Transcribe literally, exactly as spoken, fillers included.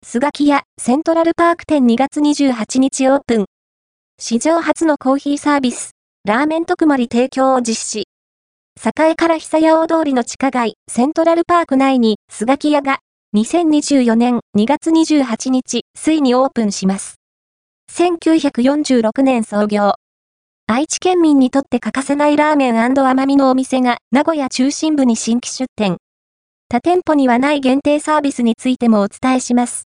スガキヤセントラルパーク店にがつにじゅうはちにちオープン。史上初のコーヒーサービス、ラーメン特盛提供を実施。栄から久屋大通りの地下街、セントラルパーク内にスガキヤがにせんにじゅうよねんにがつにじゅうはちにち、ついにオープンします。せんきゅうひゃくよんじゅうろくねん創業。愛知県民にとって欠かせないラーメン&甘みのお店が名古屋中心部に新規出店。他店舗にはない限定サービスについてもお伝えします。